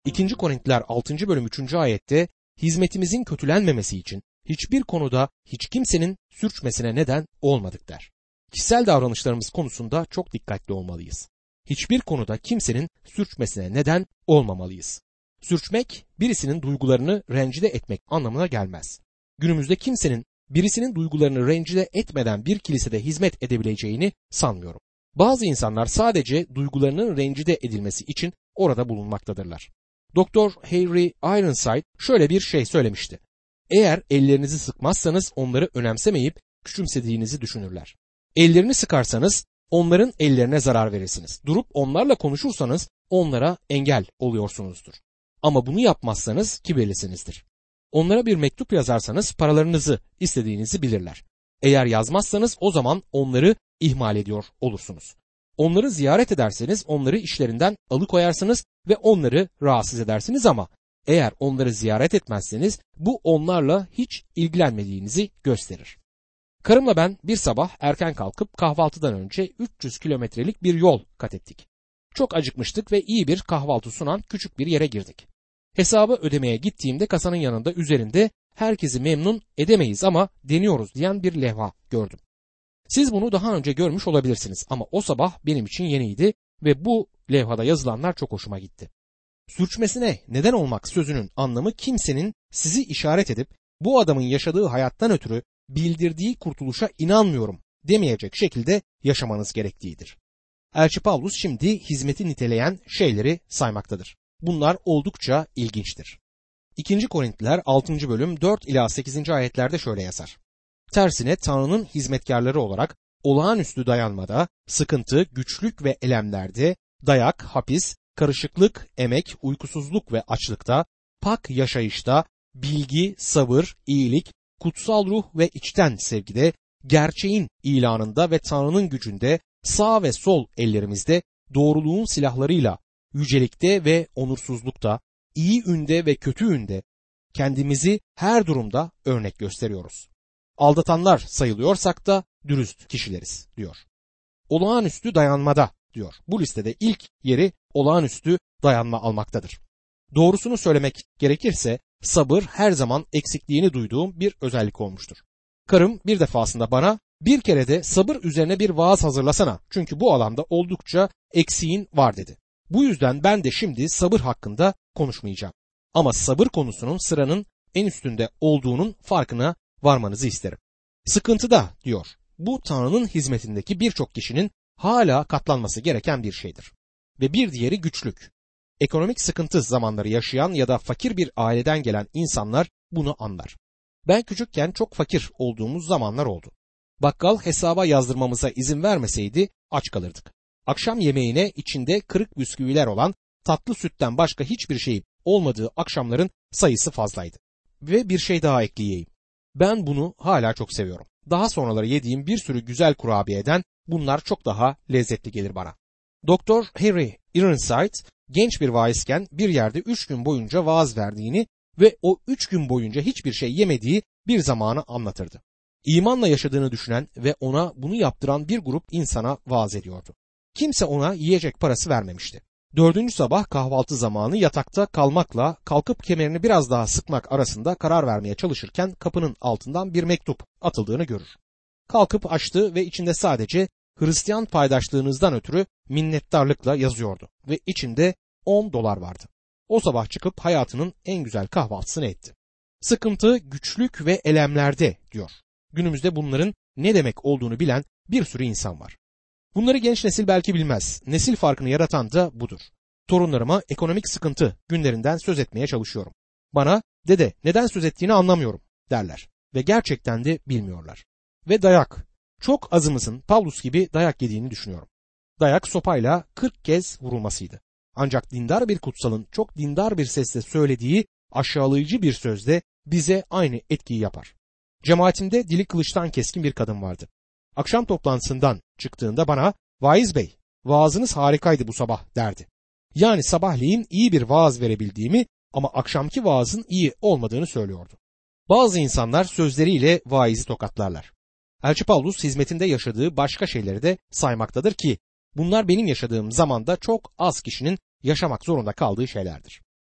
2. Korintiler 6. bölüm 3. ayette hizmetimizin kötülenmemesi için hiçbir konuda hiç kimsenin sürçmesine neden olmadık der. Kişisel davranışlarımız konusunda çok dikkatli olmalıyız. Hiçbir konuda kimsenin sürçmesine neden olmamalıyız. Sürçmek, birisinin duygularını rencide etmek anlamına gelmez. Günümüzde kimsenin birisinin duygularını rencide etmeden bir kilisede hizmet edebileceğini sanmıyorum. Bazı insanlar sadece duygularının rencide edilmesi için orada bulunmaktadırlar. Doktor Harry Ironside şöyle bir şey söylemişti. Eğer ellerinizi sıkmazsanız onları önemsemeyip küçümsediğinizi düşünürler. Ellerini sıkarsanız onların ellerine zarar verirsiniz. Durup onlarla konuşursanız onlara engel oluyorsunuzdur. Ama bunu yapmazsanız kibirlisinizdir. Onlara bir mektup yazarsanız paralarınızı istediğinizi bilirler. Eğer yazmazsanız o zaman onları ihmal ediyor olursunuz. Onları ziyaret ederseniz onları işlerinden alıkoyarsınız ve onları rahatsız edersiniz ama eğer onları ziyaret etmezseniz bu onlarla hiç ilgilenmediğinizi gösterir. Karımla ben bir sabah erken kalkıp kahvaltıdan önce 300 kilometrelik bir yol kat ettik. Çok acıkmıştık ve iyi bir kahvaltı sunan küçük bir yere girdik. Hesabı ödemeye gittiğimde kasanın yanında üzerinde herkesi memnun edemeyiz ama deniyoruz diyen bir levha gördüm. Siz bunu daha önce görmüş olabilirsiniz ama o sabah benim için yeniydi ve bu levhada yazılanlar çok hoşuma gitti. Sürçmesine neden olmak sözünün anlamı kimsenin sizi işaret edip bu adamın yaşadığı hayattan ötürü bildirdiği kurtuluşa inanmıyorum demeyecek şekilde yaşamanız gerektiğidir. Elçi Pavlus şimdi hizmeti niteleyen şeyleri saymaktadır. Bunlar oldukça ilginçtir. 2. Korintiler 6. bölüm 4 ila 8. ayetlerde şöyle yazar. Tersine Tanrı'nın hizmetkarları olarak olağanüstü dayanmada, sıkıntı, güçlük ve elemlerde, dayak, hapis, karışıklık, emek, uykusuzluk ve açlıkta, pak yaşayışta, bilgi, sabır, iyilik, kutsal ruh ve içten sevgide, gerçeğin ilanında ve Tanrı'nın gücünde, sağ ve sol ellerimizde, doğruluğun silahlarıyla, yücelikte ve onursuzlukta, iyi ünde ve kötü ünde, kendimizi her durumda örnek gösteriyoruz. Aldatanlar sayılıyorsak da dürüst kişileriz diyor. Olağanüstü dayanmada diyor. Bu listede ilk yeri olağanüstü dayanma almaktadır. Doğrusunu söylemek gerekirse sabır her zaman eksikliğini duyduğum bir özellik olmuştur. Karım bir defasında bana bir kere de sabır üzerine bir vaaz hazırlasana çünkü bu alanda oldukça eksiğin var dedi. Bu yüzden ben de şimdi sabır hakkında konuşmayacağım. Ama sabır konusunun sıranın en üstünde olduğunun farkına varmanızı isterim. Sıkıntıda diyor. Bu Tanrı'nın hizmetindeki birçok kişinin hala katlanması gereken bir şeydir. Ve bir diğeri güçlük. Ekonomik sıkıntı zamanları yaşayan ya da fakir bir aileden gelen insanlar bunu anlar. Ben küçükken çok fakir olduğumuz zamanlar oldu. Bakkal hesaba yazdırmamıza izin vermeseydi aç kalırdık. Akşam yemeğine içinde kırık bisküviler olan tatlı sütten başka hiçbir şey olmadığı akşamların sayısı fazlaydı. Ve bir şey daha ekleyeyim. Ben bunu hala çok seviyorum. Daha sonraları yediğim bir sürü güzel kurabiyeden bunlar çok daha lezzetli gelir bana. Doktor Harry Ironside genç bir vaizken bir yerde 3 gün boyunca vaaz verdiğini ve o 3 gün boyunca hiçbir şey yemediği bir zamanı anlatırdı. İmanla yaşadığını düşünen ve ona bunu yaptıran bir grup insana vaaz ediyordu. Kimse ona yiyecek parası vermemişti. 4. sabah kahvaltı zamanı yatakta kalmakla kalkıp kemerini biraz daha sıkmak arasında karar vermeye çalışırken kapının altından bir mektup atıldığını görür. Kalkıp açtı ve içinde sadece Hristiyan paydaşlığınızdan ötürü minnettarlıkla yazıyordu ve içinde $10 vardı. O sabah çıkıp hayatının en güzel kahvaltısını etti. Sıkıntı, güçlük ve elemlerde diyor. Günümüzde bunların ne demek olduğunu bilen bir sürü insan var. Bunları genç nesil belki bilmez. Nesil farkını yaratan da budur. Torunlarıma ekonomik sıkıntı günlerinden söz etmeye çalışıyorum. Bana dede neden söz ettiğini anlamıyorum derler ve gerçekten de bilmiyorlar. Ve dayak. Çok azımızın Pavlus gibi dayak yediğini düşünüyorum. Dayak sopayla 40 kez vurulmasıydı. Ancak dindar bir kutsalın çok dindar bir sesle söylediği aşağılayıcı bir sözde bize aynı etkiyi yapar. Cemaatimde dili kılıçtan keskin bir kadın vardı. Akşam toplantısından çıktığında bana "Vaiz Bey, vaazınız harikaydı bu sabah" derdi. Yani sabahleyin iyi bir vaaz verebildiğimi ama akşamki vaazın iyi olmadığını söylüyordu. Bazı insanlar sözleriyle vaizi tokatlarlar. Elçi Pavlus hizmetinde yaşadığı başka şeyleri de saymaktadır ki bunlar benim yaşadığım zamanda çok az kişinin yaşamak zorunda kaldığı şeylerdir.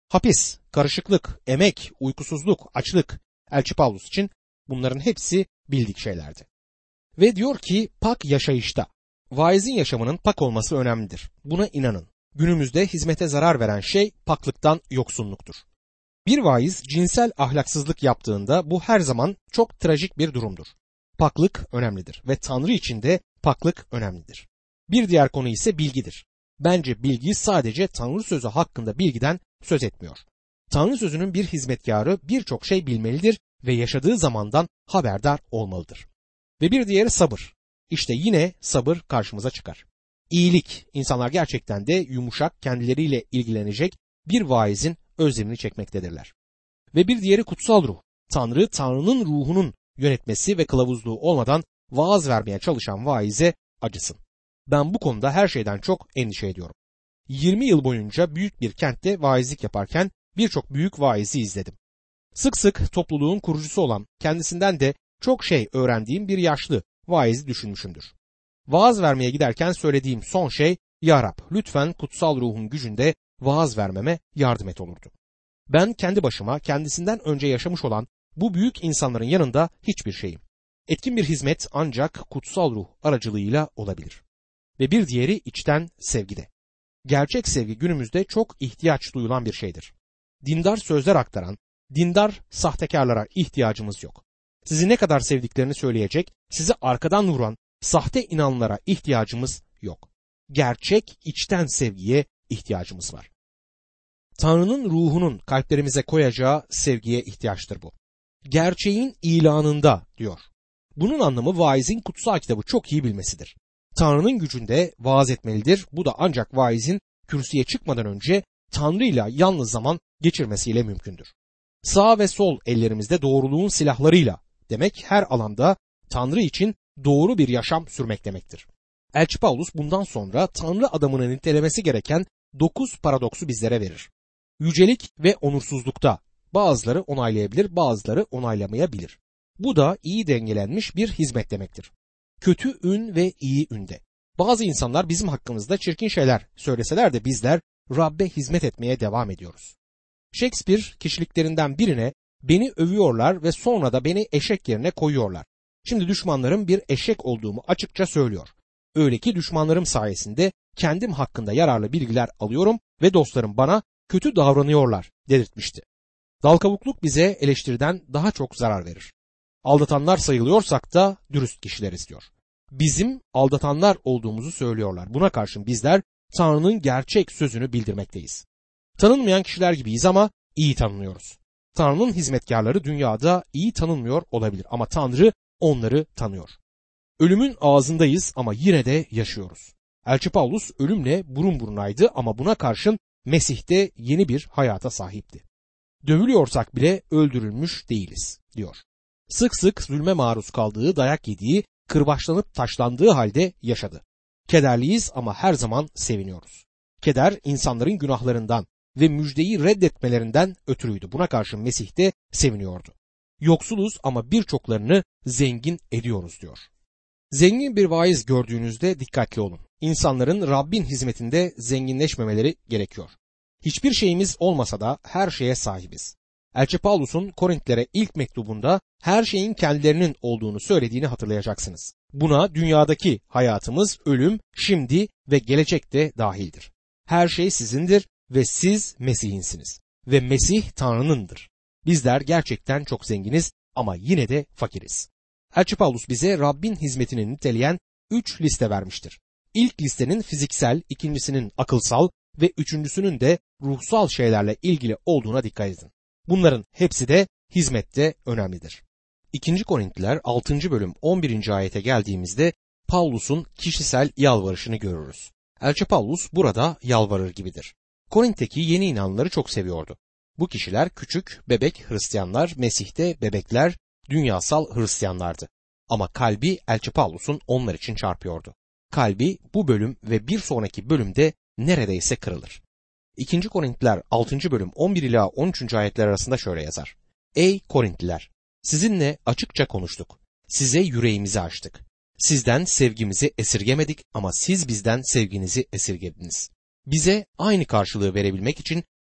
Hapis, karışıklık, emek, uykusuzluk, açlık. Elçi Pavlus için bunların hepsi bildik şeylerdi. Ve diyor ki pak yaşayışta. Vaizin yaşamının pak olması önemlidir. Buna inanın. Günümüzde hizmete zarar veren şey paklıktan yoksunluktur. Bir vaiz cinsel ahlaksızlık yaptığında bu her zaman çok trajik bir durumdur. Paklık önemlidir ve Tanrı için de paklık önemlidir. Bir diğer konu ise bilgidir. Bence bilgi sadece Tanrı sözü hakkında bilgiden söz etmiyor. Tanrı sözünün bir hizmetkarı birçok şey bilmelidir ve yaşadığı zamandan haberdar olmalıdır. Ve bir diğeri sabır. İşte yine sabır karşımıza çıkar. İyilik, insanlar gerçekten de yumuşak, kendileriyle ilgilenecek bir vaizin özlemini çekmektedirler. Ve bir diğeri kutsal ruh. Tanrı'nın ruhunun yönetmesi ve kılavuzluğu olmadan vaaz vermeye çalışan vaize acısın. Ben bu konuda her şeyden çok endişe ediyorum. 20 yıl boyunca büyük bir kentte vaizlik yaparken birçok büyük vaizi izledim. Sık sık topluluğun kurucusu olan, kendisinden de çok şey öğrendiğim bir yaşlı vaizi düşünmüşümdür. Vaaz vermeye giderken söylediğim son şey, Ya Rab, lütfen kutsal ruhun gücünde vaaz vermeme yardım et olurdu. Ben kendi başıma kendisinden önce yaşamış olan bu büyük insanların yanında hiçbir şeyim. Etkin bir hizmet ancak kutsal ruh aracılığıyla olabilir. Ve bir diğeri içten sevgide. Gerçek sevgi günümüzde çok ihtiyaç duyulan bir şeydir. Dindar sözler aktaran, dindar sahtekarlara ihtiyacımız yok. Sizi ne kadar sevdiklerini söyleyecek, sizi arkadan vuran sahte inanlara ihtiyacımız yok. Gerçek içten sevgiye ihtiyacımız var. Tanrı'nın ruhunun kalplerimize koyacağı sevgiye ihtiyaçtır bu. Gerçeğin ilanında diyor. Bunun anlamı vaizin kutsal kitabı çok iyi bilmesidir. Tanrı'nın gücünde vaaz etmelidir. Bu da ancak vaizin kürsüye çıkmadan önce Tanrı'yla yalnız zaman geçirmesiyle mümkündür. Sağ ve sol ellerimizde doğruluğun silahlarıyla demek her alanda Tanrı için doğru bir yaşam sürmek demektir. Elçi Pavlus bundan sonra Tanrı adamını nitelemesi gereken 9 paradoksu bizlere verir. Yücelik ve onursuzlukta bazıları onaylayabilir, bazıları onaylamayabilir. Bu da iyi dengelenmiş bir hizmet demektir. Kötü ün ve iyi ünde. Bazı insanlar bizim hakkımızda çirkin şeyler söyleseler de bizler Rabbe hizmet etmeye devam ediyoruz. Shakespeare kişiliklerinden birine beni övüyorlar ve sonra da beni eşek yerine koyuyorlar. Şimdi düşmanlarım bir eşek olduğumu açıkça söylüyor. Öyle ki düşmanlarım sayesinde kendim hakkında yararlı bilgiler alıyorum ve dostlarım bana kötü davranıyorlar dedirtmişti. Dalkavukluk bize eleştiriden daha çok zarar verir. Aldatanlar sayılıyorsak da dürüst kişileriz diyor. Bizim aldatanlar olduğumuzu söylüyorlar. Buna karşın bizler Tanrı'nın gerçek sözünü bildirmekteyiz. Tanınmayan kişiler gibiyiz ama iyi tanınıyoruz. Tanrı'nın hizmetkarları dünyada iyi tanınmıyor olabilir ama Tanrı onları tanıyor. Ölümün ağzındayız ama yine de yaşıyoruz. Elçi Pavlus ölümle burun burunaydı ama buna karşın Mesih'te yeni bir hayata sahipti. Dövülüyorsak bile öldürülmüş değiliz diyor. Sık sık zulme maruz kaldığı, dayak yediği, kırbaçlanıp taşlandığı halde yaşadı. Kederliyiz ama her zaman seviniyoruz. Keder insanların günahlarından ve müjdeyi reddetmelerinden ötürüydü. Buna karşın Mesih'te seviniyordu. Yoksuluz ama birçoklarını zengin ediyoruz diyor. Zengin bir vaiz gördüğünüzde dikkatli olun. İnsanların Rabbin hizmetinde zenginleşmemeleri gerekiyor. Hiçbir şeyimiz olmasa da her şeye sahibiz. Elçi Pavlus'un Korintlilere ilk mektubunda her şeyin kendilerinin olduğunu söylediğini hatırlayacaksınız. Buna dünyadaki hayatımız, ölüm, şimdi ve gelecek de dahildir. Her şey sizindir ve siz Mesih'insiniz ve Mesih Tanrı'nındır. Bizler gerçekten çok zenginiz ama yine de fakiriz. Elçi Pavlus bize Rabbin hizmetini niteleyen 3 liste vermiştir. İlk listenin fiziksel, ikincisinin akılsal ve üçüncüsünün de ruhsal şeylerle ilgili olduğuna dikkat edin. Bunların hepsi de hizmette önemlidir. 2. Korintiler 6. bölüm 11. ayete geldiğimizde Pavlus'un kişisel yalvarışını görürüz. Elçi Pavlus burada yalvarır gibidir. Korint'teki yeni inananları çok seviyordu. Bu kişiler küçük, bebek Hristiyanlar, Mesih'te bebekler, dünyasal Hristiyanlardı. Ama kalbi Elçi Pavlus'un onlar için çarpıyordu. Kalbi bu bölüm ve bir sonraki bölümde neredeyse kırılır. 2. Korintliler 6. bölüm 11 ila 13. ayetler arasında şöyle yazar. Ey Korintliler! Sizinle açıkça konuştuk. Size yüreğimizi açtık. Sizden sevgimizi esirgemedik ama siz bizden sevginizi esirgediniz. Bize aynı karşılığı verebilmek için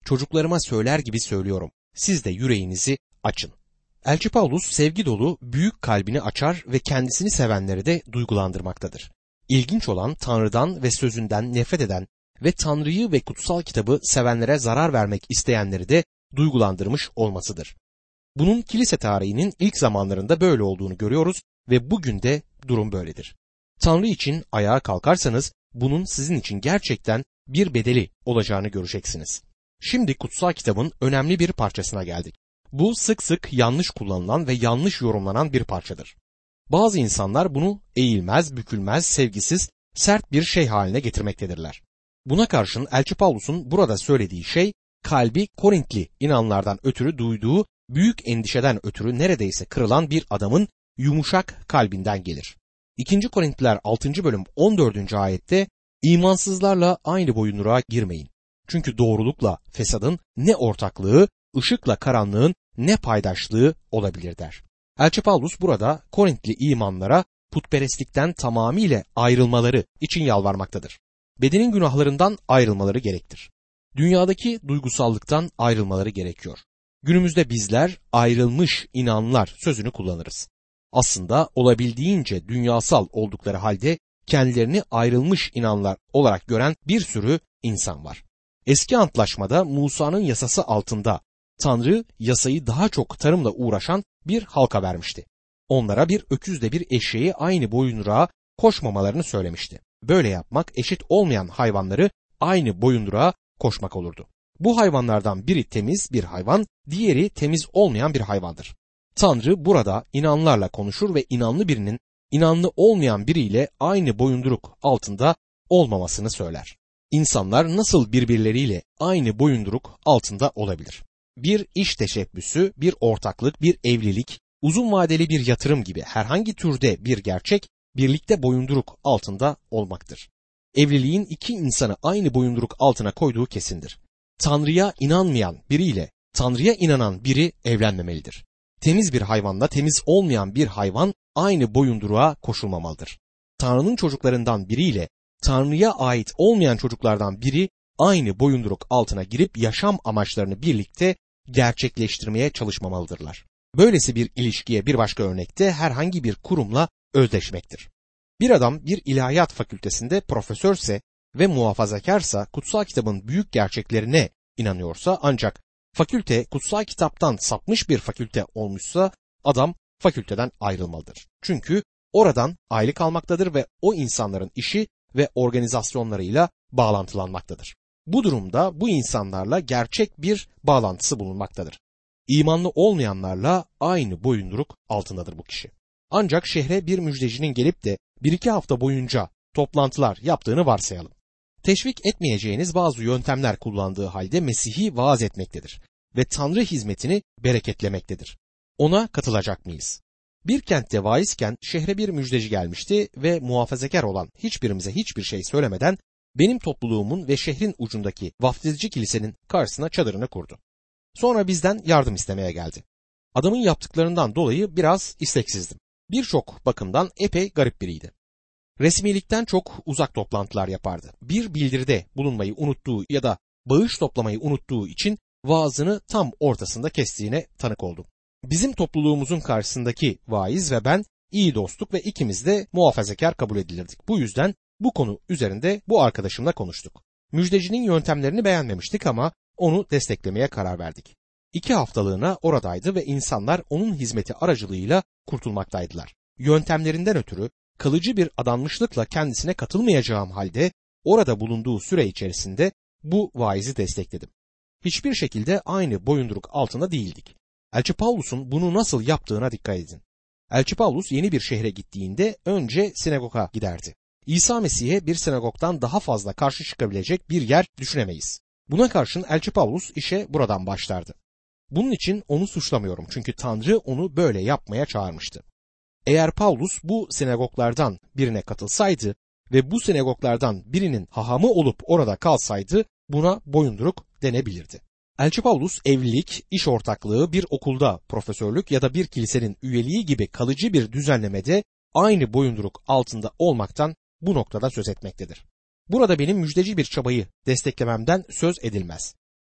çocuklarıma söyler gibi söylüyorum. Siz de yüreğinizi açın. Elçi Pavlus sevgi dolu büyük kalbini açar ve kendisini sevenleri de duygulandırmaktadır. İlginç olan Tanrı'dan ve sözünden nefret eden ve Tanrı'yı ve kutsal kitabı sevenlere zarar vermek isteyenleri de duygulandırmış olmasıdır. Bunun kilise tarihinin ilk zamanlarında böyle olduğunu görüyoruz ve bugün de durum böyledir. Tanrı için ayağa kalkarsanız bunun sizin için gerçekten bir bedeli olacağını göreceksiniz. Şimdi kutsal kitabın önemli bir parçasına geldik. Bu sık sık yanlış kullanılan ve yanlış yorumlanan bir parçadır. Bazı insanlar bunu eğilmez, bükülmez, sevgisiz, sert bir şey haline getirmektedirler. Buna karşın Elçi Pavlus'un burada söylediği şey, kalbi Korintli inanlardan ötürü duyduğu büyük endişeden ötürü neredeyse kırılan bir adamın yumuşak kalbinden gelir. 2. Korintliler 6. bölüm 14. ayette imansızlarla aynı boyunduruğa girmeyin. Çünkü doğrulukla fesadın ne ortaklığı, ışıkla karanlığın ne paydaşlığı olabilir der. Elçi Pavlus burada Korintli imanlara putperestlikten tamamıyla ayrılmaları için yalvarmaktadır. Bedenin günahlarından ayrılmaları gerektir. Dünyadaki duygusallıktan ayrılmaları gerekiyor. Günümüzde bizler ayrılmış inanlar sözünü kullanırız. Aslında olabildiğince dünyasal oldukları halde kendilerini ayrılmış inanlar olarak gören bir sürü insan var. Eski antlaşmada Musa'nın yasası altında Tanrı yasayı daha çok tarımla uğraşan bir halka vermişti. Onlara bir öküzle bir eşeği aynı boyunduruğa koşmamalarını söylemişti. Böyle yapmak eşit olmayan hayvanları aynı boyunduruğa koşmak olurdu. Bu hayvanlardan biri temiz bir hayvan, diğeri temiz olmayan bir hayvandır. Tanrı burada inanlarla konuşur ve inanlı birinin inanlı olmayan biriyle aynı boyunduruk altında olmamasını söyler. İnsanlar nasıl birbirleriyle aynı boyunduruk altında olabilir? Bir iş teşebbüsü, bir ortaklık, bir evlilik, uzun vadeli bir yatırım gibi herhangi türde bir gerçek birlikte boyunduruk altında olmaktır. Evliliğin iki insanı aynı boyunduruk altına koyduğu kesindir. Tanrı'ya inanmayan biriyle Tanrı'ya inanan biri evlenmemelidir. Temiz bir hayvanla temiz olmayan bir hayvan aynı boyunduruğa koşulmamalıdır. Tanrı'nın çocuklarından biriyle Tanrı'ya ait olmayan çocuklardan biri aynı boyunduruk altına girip yaşam amaçlarını birlikte gerçekleştirmeye çalışmamalıdırlar. Böylesi bir ilişkiye bir başka örnekte herhangi bir kurumla özdeşmektir. Bir adam bir ilahiyat fakültesinde profesörse ve muhafazakarsa kutsal kitabın büyük gerçeklerine inanıyorsa ancak fakülte kutsal kitaptan sapmış bir fakülte olmuşsa adam fakülteden ayrılmalıdır. Çünkü oradan aylık almaktadır ve o insanların işi ve organizasyonlarıyla bağlantılanmaktadır. Bu durumda bu insanlarla gerçek bir bağlantısı bulunmaktadır. İmanlı olmayanlarla aynı boyunduruk altındadır bu kişi. Ancak şehre bir müjdecinin gelip de 1-2 hafta boyunca toplantılar yaptığını varsayalım. Teşvik etmeyeceğiniz bazı yöntemler kullandığı halde Mesih'i vaaz etmektedir ve Tanrı hizmetini bereketlemektedir. Ona katılacak mıyız? Bir kentte vaizken şehre bir müjdeci gelmişti ve muhafazakar olan hiçbirimize hiçbir şey söylemeden benim topluluğumun ve şehrin ucundaki vaftizci kilisenin karşısına çadırını kurdu. Sonra bizden yardım istemeye geldi. Adamın yaptıklarından dolayı biraz isteksizdim. Birçok bakımdan epey garip biriydi. Resmilikten çok uzak toplantılar yapardı. Bir bildiride bulunmayı unuttuğu ya da bağış toplamayı unuttuğu için vaazını tam ortasında kestiğine tanık oldum. Bizim topluluğumuzun karşısındaki vaiz ve ben iyi dostluk ve ikimiz de muhafazakar kabul edilirdik. Bu yüzden bu konu üzerinde bu arkadaşımla konuştuk. Müjdecinin yöntemlerini beğenmemiştik ama onu desteklemeye karar verdik. 2 haftalığına oradaydı ve insanlar onun hizmeti aracılığıyla kurtulmaktaydılar. Yöntemlerinden ötürü kalıcı bir adanmışlıkla kendisine katılmayacağım halde orada bulunduğu süre içerisinde bu vaizi destekledim. Hiçbir şekilde aynı boyunduruk altında değildik. Elçi Pavlus'un bunu nasıl yaptığına dikkat edin. Elçi Pavlus yeni bir şehre gittiğinde önce sinagoga giderdi. İsa Mesih'e bir sinagogdan daha fazla karşı çıkabilecek bir yer düşünemeyiz. Buna karşın Elçi Pavlus işe buradan başlardı. Bunun için onu suçlamıyorum çünkü Tanrı onu böyle yapmaya çağırmıştı. Eğer Pavlus bu sinagoglardan birine katılsaydı ve bu sinagoglardan birinin hahamı olup orada kalsaydı buna boyunduruk denebilirdi. Elçi Pavlus evlilik, iş ortaklığı, bir okulda profesörlük ya da bir kilisenin üyeliği gibi kalıcı bir düzenlemede aynı boyunduruk altında olmaktan bu noktada söz etmektedir. Burada benim müjdeci bir çabayı desteklememden söz edilmez.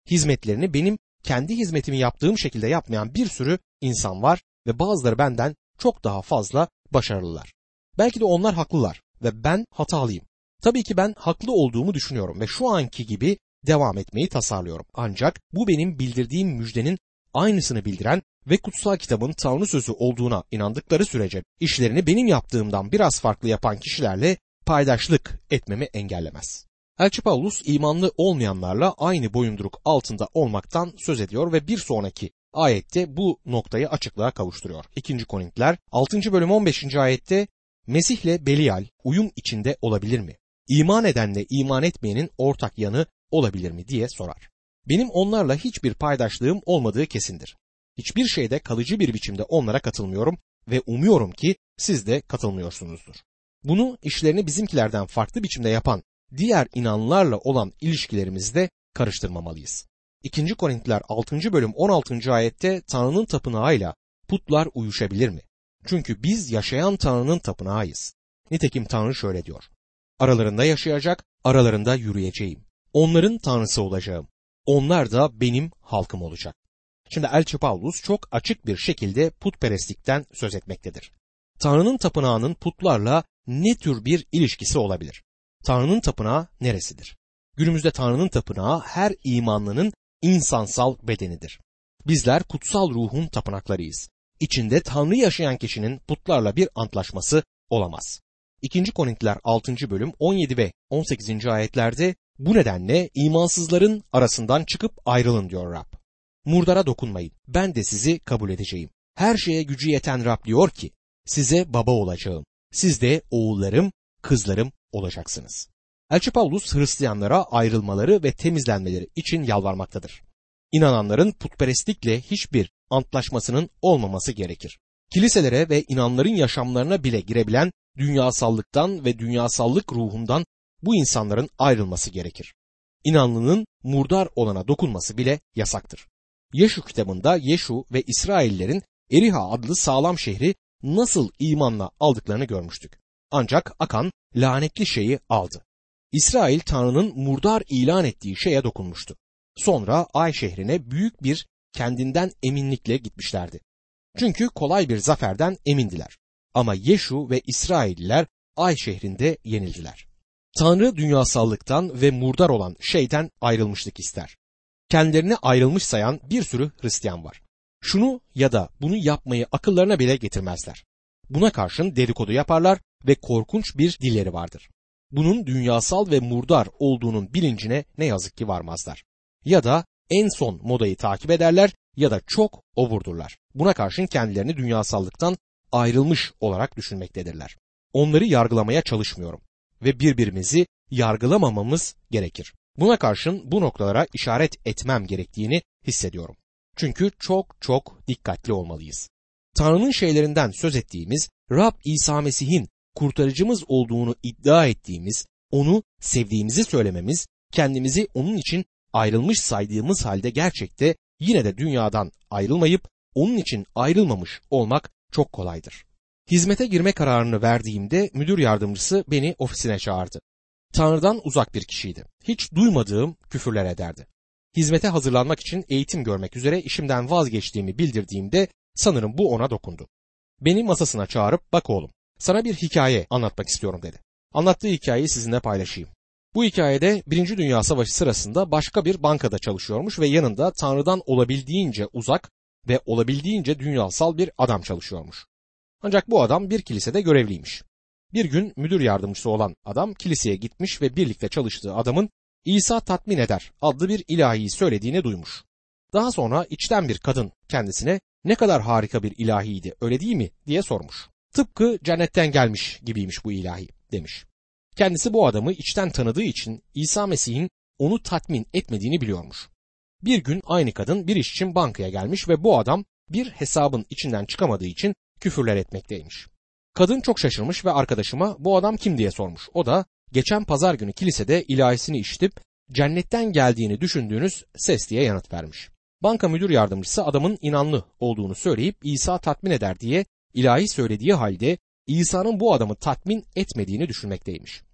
hizmetlerini benim kendi hizmetimi yaptığım şekilde yapmayan bir sürü insan var ve bazıları benden çok daha fazla başarılılar. Belki de onlar haklılar ve ben hatalıyım. Tabii ki ben haklı olduğumu düşünüyorum ve şu anki gibi devam etmeyi tasarlıyorum. Ancak bu benim bildirdiğim müjdenin aynısını bildiren ve kutsal kitabın Tanrı sözü olduğuna inandıkları sürece işlerini benim yaptığımdan biraz farklı yapan kişilerle paydaşlık etmemi engellemez. Elçi Paulus imanlı olmayanlarla aynı boyunduruk altında olmaktan söz ediyor ve bir sonraki ayette bu noktayı açıklığa kavuşturuyor. 2. Korintiler 6. bölüm 15. ayette Mesih'le Belial uyum içinde olabilir mi? İman edenle iman etmeyenin ortak yanı olabilir mi diye sorar. Benim onlarla hiçbir paydaşlığım olmadığı kesindir. Hiçbir şeyde kalıcı bir biçimde onlara katılmıyorum ve umuyorum ki siz de katılmıyorsunuzdur. Bunu işlerini bizimkilerden farklı biçimde yapan diğer inanlarla olan ilişkilerimizde karıştırmamalıyız. 2. Korintiler 6. bölüm 16. ayette Tanrı'nın tapınağıyla putlar uyuşabilir mi? Çünkü biz yaşayan Tanrı'nın tapınağıyız. Nitekim Tanrı şöyle diyor. Aralarında yaşayacak, aralarında yürüyeceğim. Onların Tanrısı olacağım. Onlar da benim halkım olacak. Şimdi Elçi Paulus çok açık bir şekilde putperestlikten söz etmektedir. Tanrı'nın tapınağının putlarla ne tür bir ilişkisi olabilir? Tanrı'nın tapınağı neresidir? Günümüzde Tanrı'nın tapınağı her imanlının insansal bedenidir. Bizler kutsal ruhun tapınaklarıyız. İçinde Tanrı yaşayan kişinin putlarla bir antlaşması olamaz. 2. Korintiler 6. bölüm 17 ve 18. ayetlerde bu nedenle imansızların arasından çıkıp ayrılın diyor Rab. Murdara dokunmayın, ben de sizi kabul edeceğim. Her şeye gücü yeten Rab diyor ki, size baba olacağım. Siz de oğullarım, kızlarım olacaksınız. Elçi Paulus Hristiyanlara ayrılmaları ve temizlenmeleri için yalvarmaktadır. İnananların putperestlikle hiçbir antlaşmasının olmaması gerekir. Kiliselere ve inanların yaşamlarına bile girebilen dünyasallıktan ve dünyasallık ruhundan bu insanların ayrılması gerekir. İnanlının murdar olana dokunması bile yasaktır. Yeşu kitabında Yeşu ve İsraillerin Eriha adlı sağlam şehri nasıl imanla aldıklarını görmüştük. Ancak Akan lanetli şeyi aldı. İsrail Tanrı'nın murdar ilan ettiği şeye dokunmuştu. Sonra Ay şehrine büyük bir kendinden eminlikle gitmişlerdi. Çünkü kolay bir zaferden emindiler. Ama Yeşu ve İsrailliler Ay şehrinde yenildiler. Tanrı dünyasallıktan ve murdar olan şeyden ayrılmışlık ister. Kendilerini ayrılmış sayan bir sürü Hristiyan var. Şunu ya da bunu yapmayı akıllarına bile getirmezler. Buna karşın dedikodu yaparlar ve korkunç bir dilleri vardır. Bunun dünyasal ve murdar olduğunun bilincine ne yazık ki varmazlar. Ya da en son modayı takip ederler ya da çok ovurdurlar. Buna karşın kendilerini dünyasallıktan ayrılmış olarak düşünmektedirler. Onları yargılamaya çalışmıyorum ve birbirimizi yargılamamamız gerekir. Buna karşın bu noktalara işaret etmem gerektiğini hissediyorum. Çünkü çok dikkatli olmalıyız. Tanrı'nın şeylerinden söz ettiğimiz Rab İsa Mesih'in kurtarıcımız olduğunu iddia ettiğimiz, onu sevdiğimizi söylememiz, kendimizi onun için ayrılmış saydığımız halde gerçekte yine de dünyadan ayrılmayıp onun için ayrılmamış olmak çok kolaydır. Hizmete girme kararını verdiğimde müdür yardımcısı beni ofisine çağırdı. Tanrı'dan uzak bir kişiydi. Hiç duymadığım küfürler ederdi. Hizmete hazırlanmak için eğitim görmek üzere işimden vazgeçtiğimi bildirdiğimde sanırım bu ona dokundu. Beni masasına çağırıp bak oğlum sana bir hikaye anlatmak istiyorum dedi. Anlattığı hikayeyi sizinle paylaşayım. Bu hikayede 1. Dünya Savaşı sırasında başka bir bankada çalışıyormuş ve yanında Tanrı'dan olabildiğince uzak ve olabildiğince dünyasal bir adam çalışıyormuş. Ancak bu adam bir kilisede görevliymiş. Bir gün müdür yardımcısı olan adam kiliseye gitmiş ve birlikte çalıştığı adamın İsa tatmin eder adlı bir ilahiyi söylediğini duymuş. Daha sonra içten bir kadın kendisine ne kadar harika bir ilahiydi öyle değil mi diye sormuş. Tıpkı cennetten gelmiş gibiymiş bu ilahi demiş. Kendisi bu adamı içten tanıdığı için İsa Mesih'in onu tatmin etmediğini biliyormuş. Bir gün aynı kadın bir iş için bankaya gelmiş ve bu adam bir hesabın içinden çıkamadığı için küfürler etmekteymiş. Kadın çok şaşırmış ve arkadaşıma bu adam kim diye sormuş. O da geçen pazar günü kilisede ilahisini işitip cennetten geldiğini düşündüğünüz ses diye yanıt vermiş. Banka müdür yardımcısı adamın inanlı olduğunu söyleyip İsa tatmin eder diye ilahi söylediği halde İsa'nın bu adamı tatmin etmediğini düşünmekteymiş.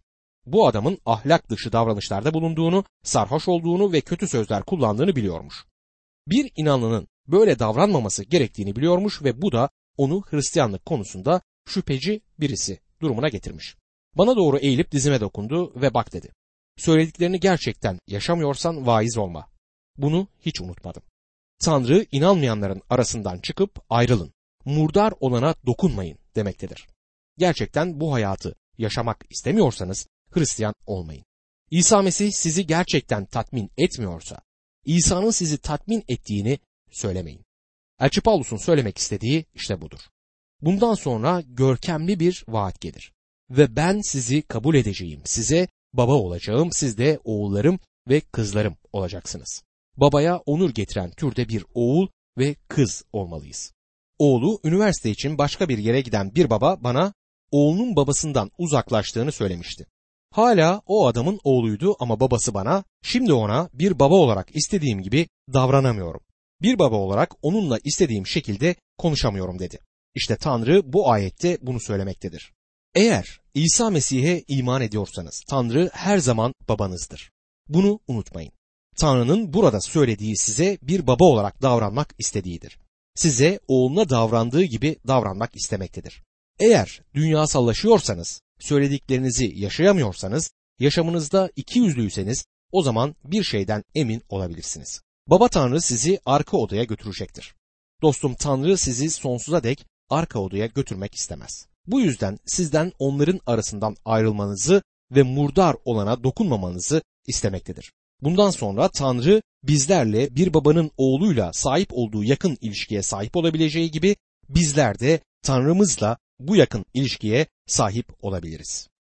bu adamın ahlak dışı davranışlarda bulunduğunu, sarhoş olduğunu ve kötü sözler kullandığını biliyormuş. Bir inanlının böyle davranmaması gerektiğini biliyormuş ve bu da onu Hristiyanlık konusunda şüpheci birisi durumuna getirmiş. Bana doğru eğilip dizime dokundu ve bak dedi. Söylediklerini gerçekten yaşamıyorsan vaiz olma. Bunu hiç unutmadım. Tanrı inanmayanların arasından çıkıp ayrılın. Murdar olana dokunmayın demektedir. Gerçekten bu hayatı yaşamak istemiyorsanız Hristiyan olmayın. İsa Mesih sizi gerçekten tatmin etmiyorsa, İsa'nın sizi tatmin ettiğini söylemeyin. Elçi Pavlus'un söylemek istediği işte budur. Bundan sonra görkemli bir vaat gelir. Ve ben sizi kabul edeceğim, size baba olacağım, siz de oğullarım ve kızlarım olacaksınız. Babaya onur getiren türde bir oğul ve kız olmalıyız. Oğlu üniversite için başka bir yere giden bir baba bana oğlunun babasından uzaklaştığını söylemişti. Hala o adamın oğluydu ama babası bana, şimdi ona bir baba olarak istediğim gibi davranamıyorum. Bir baba olarak onunla istediğim şekilde konuşamıyorum dedi. İşte Tanrı bu ayette bunu söylemektedir. Eğer İsa Mesih'e iman ediyorsanız Tanrı her zaman babanızdır. Bunu unutmayın. Tanrı'nın burada söylediği size bir baba olarak davranmak istediğidir. Size oğluna davrandığı gibi davranmak istemektedir. Eğer dünyasallaşıyorsanız, söylediklerinizi yaşayamıyorsanız, yaşamınızda ikiyüzlüyseniz o zaman bir şeyden emin olabilirsiniz. Baba Tanrı sizi arka odaya götürecektir. Dostum, Tanrı sizi sonsuza dek arka odaya götürmek istemez. Bu yüzden sizden onların arasından ayrılmanızı ve murdar olana dokunmamanızı istemektedir. Bundan sonra Tanrı bizlerle bir babanın oğluyla sahip olduğu yakın ilişkiye sahip olabileceği gibi bizler de Tanrımızla bu yakın ilişkiye sahip olabiliriz.